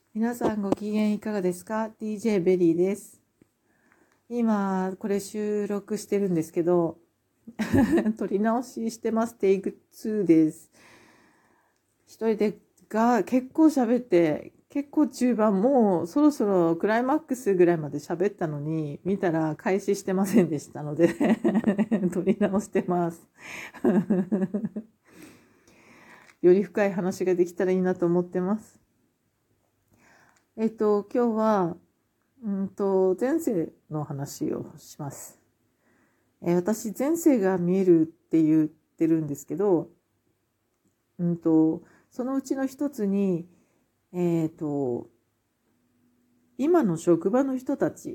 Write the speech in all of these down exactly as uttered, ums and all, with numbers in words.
皆さんご機嫌いかがですか？ ディージェー ベリーです。今、これ収録してるんですけど、撮り直ししてます。テイクツーです。一人でが結構喋って、結構中盤、もうそろそろクライマックスぐらいまで喋ったのに、見たら開始してませんでしたので、撮り直してます。より深い話ができたらいいなと思ってます。えっと、今日は、うんと、前世の話をします。えー私、前世が見えるって言ってるんですけど、うんと、そのうちの一つに、えっと、今の職場の人たち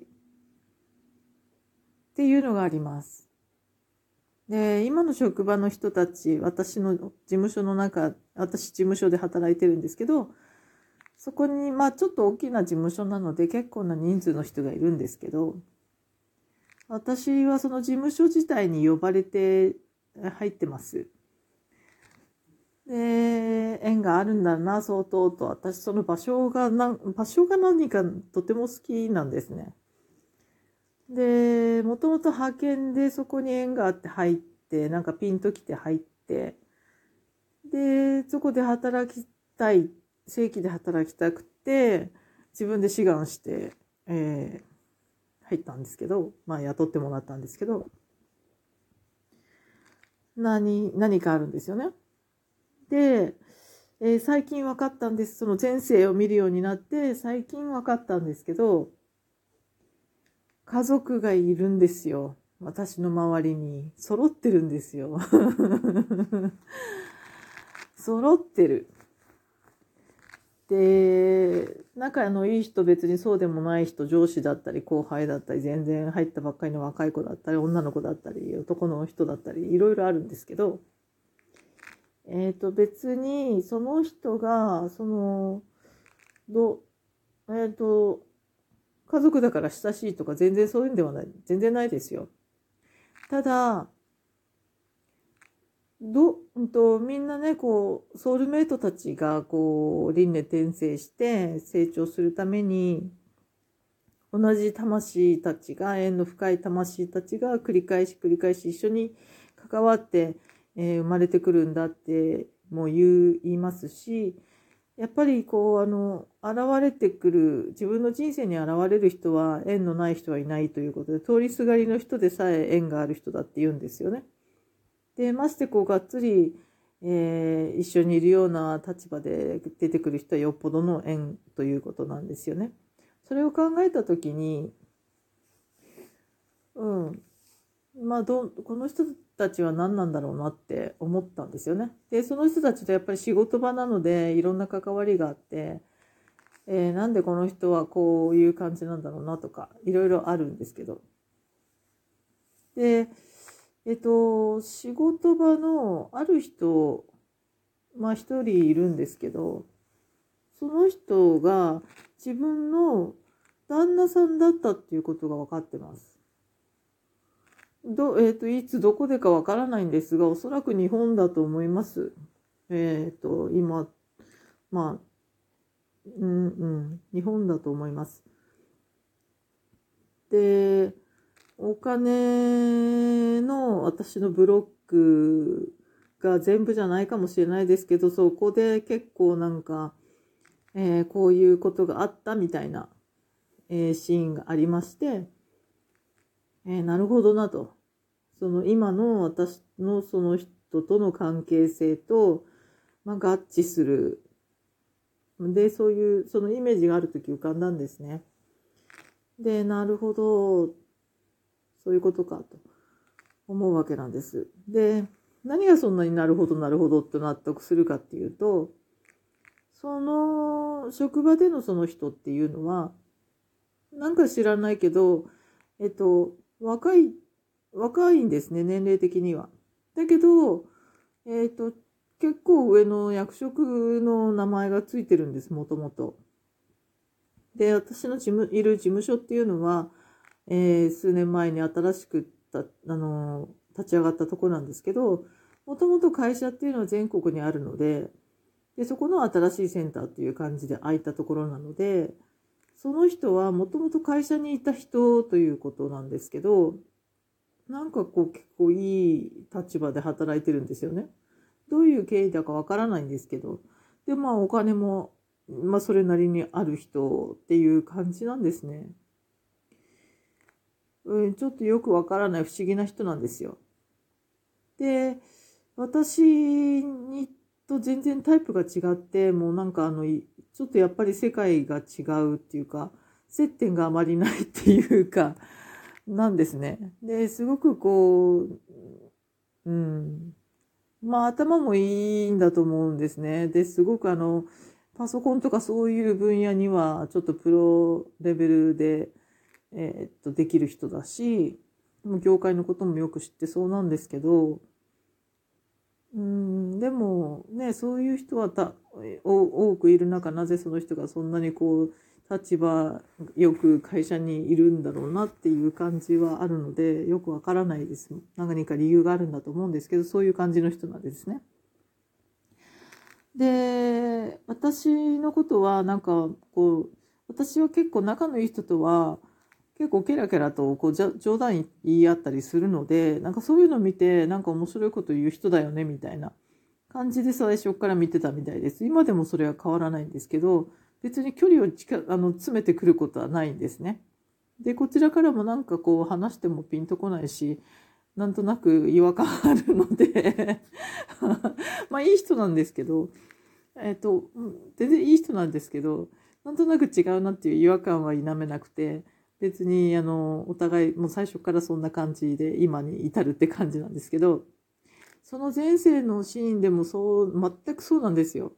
っていうのがあります。で、今の職場の人たち、私の事務所の中、私事務所で働いてるんですけど、そこに、まあちょっと大きな事務所なので結構な人数の人がいるんですけど、私はその事務所自体に呼ばれて入ってます。で、縁があるんだな、相当と、私その場所がな、場所が何かとても好きなんですね。で、もともと派遣でそこに縁があって入って、なんかピンときて入って、で、そこで働きたい、正規で働きたくて、自分で志願して、えー入ったんですけど、まあ雇ってもらったんですけど、何、何かあるんですよね。で、えー最近分かったんです。その前世を見るようになって、最近分かったんですけど、家族がいるんですよ。私の周りに。揃ってるんですよ。揃ってる。で、仲のいい人、別にそうでもない人、上司だったり、後輩だったり、全然入ったばっかりの若い子だったり、女の子だったり、男の人だったり、いろいろあるんですけど、えっと、別に、その人が、その、ど、えっと、家族だから親しいとか全然そういうんではない。全然ないですよ。ただ、ど、うんと、みんなね、こう、ソウルメイトたちが、こう、輪廻転生して成長するために、同じ魂たちが、縁の深い魂たちが繰り返し繰り返し一緒に関わって、えー生まれてくるんだっても言う、言いますし、やっぱりこう、あの、現れてくる、自分の人生に現れる人は縁のない人はいないということで、通りすがりの人でさえ縁がある人だって言うんですよね。で、ましてこう、がっつり、えー一緒にいるような立場で出てくる人はよっぽどの縁ということなんですよね。それを考えたときに、うん、まあど、この人たちは何なんだろうなって思ったんですよね。で、その人たちとやっぱり仕事場なのでいろんな関わりがあって、えーなんでこの人はこういう感じなんだろうなとか、いろいろあるんですけど。で、えっと、仕事場のある人、まあ一人いるんですけど、その人が自分の旦那さんだったっていうことが分かってます。ど、えっと、いつどこでかわからないんですが、おそらく日本だと思います。えっと、今、まあ、うんうん、日本だと思います。で、お金の私のブロックが全部じゃないかもしれないですけど、そこで結構なんか、えーこういうことがあったみたいな、えーシーンがありまして、えーなるほどなと。その今の私のその人との関係性と、まあ、合致する。で、そういう、そのイメージがあるとき浮かんだんですね。で、なるほど、そういうことかと思うわけなんです。で、何がそんなになるほどなるほどって納得するかっていうと、その職場でのその人っていうのは、なんか知らないけど、えっと、若い、若いんですね、年齢的には。だけど、えっと、結構上の役職の名前がついてるんです、もともと。で、私の事務、いる事務所っていうのは、えー数年前に新しくた、あのー立ち上がったところなんですけど、もともと会社っていうのは全国にあるので、 で、そこの新しいセンターっていう感じで空いたところなので、その人はもともと会社にいた人ということなんですけど、なんかこう結構いい立場で働いてるんですよね。どういう経緯だかわからないんですけど。で、まあお金も、まあそれなりにある人っていう感じなんですね。うん、ちょっとよくわからない不思議な人なんですよ。で、私にと全然タイプが違って、もうなんかあの、ちょっとやっぱり世界が違うっていうか、接点があまりないっていうか、なんですね。で、すごくこう、うん。まあ頭もいいんだと思うんですね。で、すごくあの、パソコンとかそういう分野にはちょっとプロレベルで、えーっと、できる人だし、業界のこともよく知ってそうなんですけど、うん、でもね、そういう人はたお多くいる中、なぜその人がそんなにこう、立場よく会社にいるんだろうなっていう感じはあるので、よくわからないです。何か理由があるんだと思うんですけど、そういう感じの人なんですね。で、私のことはなんかこう、私は結構仲のいい人とは、結構ケラケラとこうじゃ冗談言い合ったりするので、なんかそういうの見て、なんか面白いこと言う人だよねみたいな感じで最初から見てたみたいです。今でもそれは変わらないんですけど、別に距離を近あの詰めてくることはないんですね。で、こちらからもなんかこう話してもピンとこないし、なんとなく違和感あるのでまあいい人なんですけど、えっと、全然いい人なんですけど、なんとなく違うなっていう違和感は否めなくて、別に、あの、お互い、もう最初からそんな感じで、今に至るって感じなんですけど、その前世のシーンでもそう、全くそうなんですよ。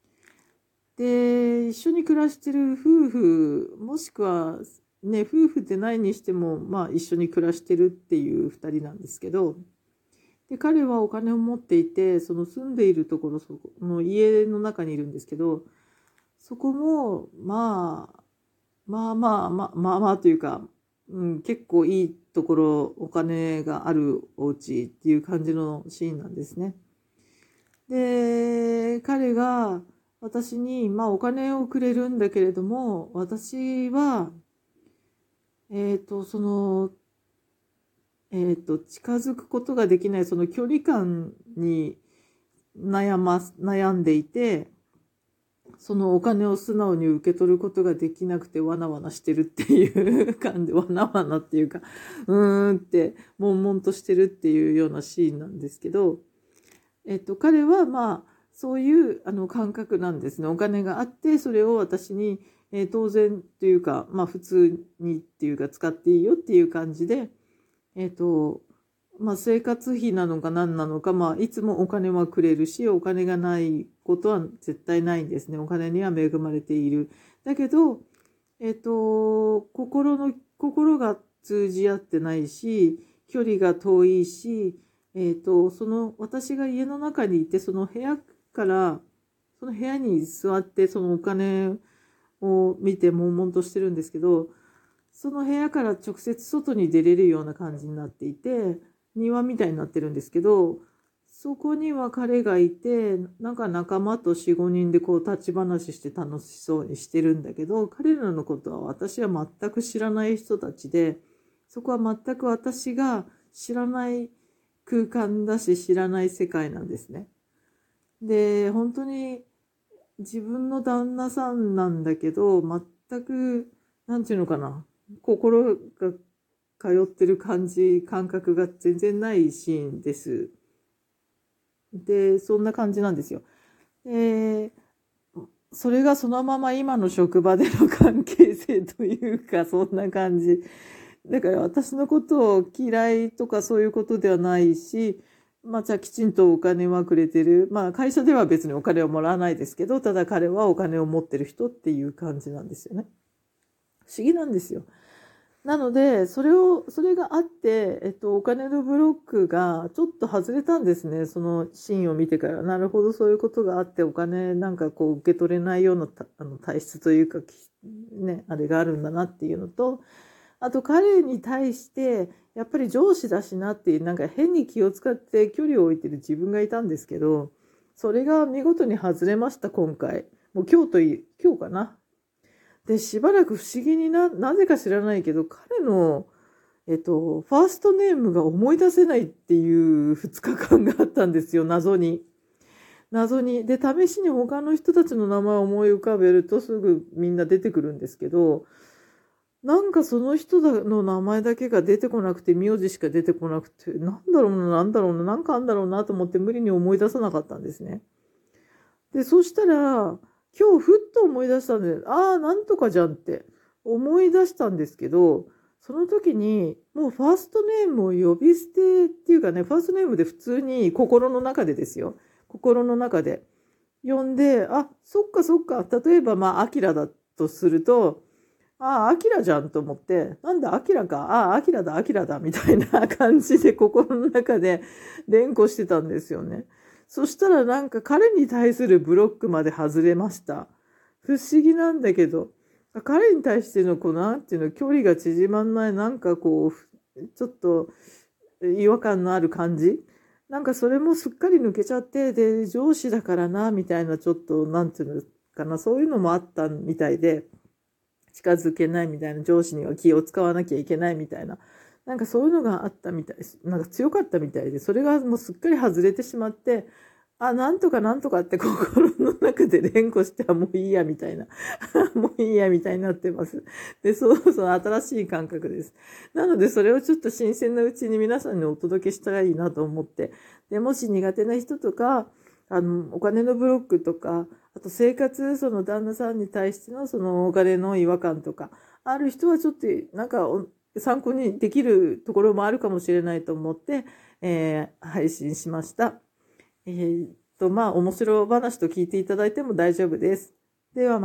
で、一緒に暮らしてる夫婦、もしくは、ね、夫婦でないにしても、まあ一緒に暮らしてるっていう二人なんですけど、で、彼はお金を持っていて、その住んでいるところ、その家の中にいるんですけど、そこも、まあ、まあまあまあまあまあというか、うん、結構いいところ、お金があるお家っていう感じのシーンなんですね。で、彼が私に、まあお金をくれるんだけれども、私は、えっと、その、えっと、近づくことができない、その距離感に悩ま、悩んでいて、そのお金を素直に受け取ることができなくてわなわなしてるっていう感じ、わなわなっていうか、うーんって、悶々としてるっていうようなシーンなんですけど、えっと、彼はまあ、そういうあの感覚なんですね。お金があって、それを私に、えー当然というか、まあ普通にっていうか使っていいよっていう感じで、えっと、まあ生活費なのか何なのか、まあいつもお金はくれるし、お金がないことは絶対ないんですね。お金には恵まれている。だけど、えっと、心の、心が通じ合ってないし、距離が遠いし、えっと、その、私が家の中にいて、その部屋から、その部屋に座って、そのお金を見て悶々としてるんですけど、その部屋から直接外に出れるような感じになっていて、庭みたいになってるんですけど、そこには彼がいて、なんか仲間とよん、ごにんでこう立ち話して楽しそうにしてるんだけど、彼らのことは私は全く知らない人たちで、そこは全く私が知らない空間だし知らない世界なんですね。で、本当に自分の旦那さんなんだけど、全く、なんていうのかな、心が通ってる感じ、感覚が全然ないシーンです。で、そんな感じなんですよ。で、それがそのまま今の職場での関係性というか、そんな感じ。だから私のことを嫌いとかそういうことではないし、まあじゃあきちんとお金はくれてる。まあ会社では別にお金をもらわないですけど、ただ彼はお金を持ってる人っていう感じなんですよね。不思議なんですよ。なので、それを、それがあって、えっと、お金のブロックがちょっと外れたんですね。そのシーンを見てから。なるほど、そういうことがあって、お金なんかこう受け取れないようなあの体質というか、ね、あれがあるんだなっていうのと、あと彼に対して、やっぱり上司だしなっていう、なんか変に気を使って距離を置いてる自分がいたんですけど、 それが見事に外れました、今回。もう今日といい、今日かな。で、しばらく不思議にな、なぜか知らないけど、彼の、えっと、ファーストネームが思い出せないっていうふつかかんがあったんですよ、謎に。謎に。で、試しに他の人たちの名前を思い浮かべるとすぐみんな出てくるんですけど、なんかその人の名前だけが出てこなくて、名字しか出てこなくて、なんだろうな、なんだろうな、なんかあんだろうなと思って無理に思い出さなかったんですね。で、そしたら、今日ふっと思い出したんで、ああ、なんとかじゃんって思い出したんですけど、その時に、もうファーストネームを呼び捨てっていうかね、ファーストネームで普通に心の中でですよ。心の中で呼んで、あ、そっかそっか。例えば、まあ、アキラだとすると、ああ、アキラじゃんと思って、なんだ、アキラか。ああ、アキラだ、アキラだ、みたいな感じで心の中で連呼してたんですよね。そしたらなんか彼に対するブロックまで外れました。不思議なんだけど、彼に対してのこの、なんていうの、距離が縮まんない、なんかこう、ちょっと違和感のある感じ。なんかそれもすっかり抜けちゃって、で、上司だからな、みたいな、ちょっと、なんていうのかな、そういうのもあったみたいで、近づけないみたいな、上司には気を使わなきゃいけないみたいな、なんかそういうのがあったみたいです。なんか強かったみたいで、それがもうすっかり外れてしまって、あ、なんとかなんとかって心の中で連呼してはもういいやみたいな。もういいやみたいになってます。で、そうそう新しい感覚です。なのでそれをちょっと新鮮なうちに皆さんにお届けしたらいいなと思って。で、もし苦手な人とか、あの、お金のブロックとか、あと生活、その旦那さんに対してのそのお金の違和感とか、ある人はちょっとなんか参考にできるところもあるかもしれないと思って、えー、配信しました。えー、っと、まあ、面白話と聞いていただいても大丈夫です。ではまた。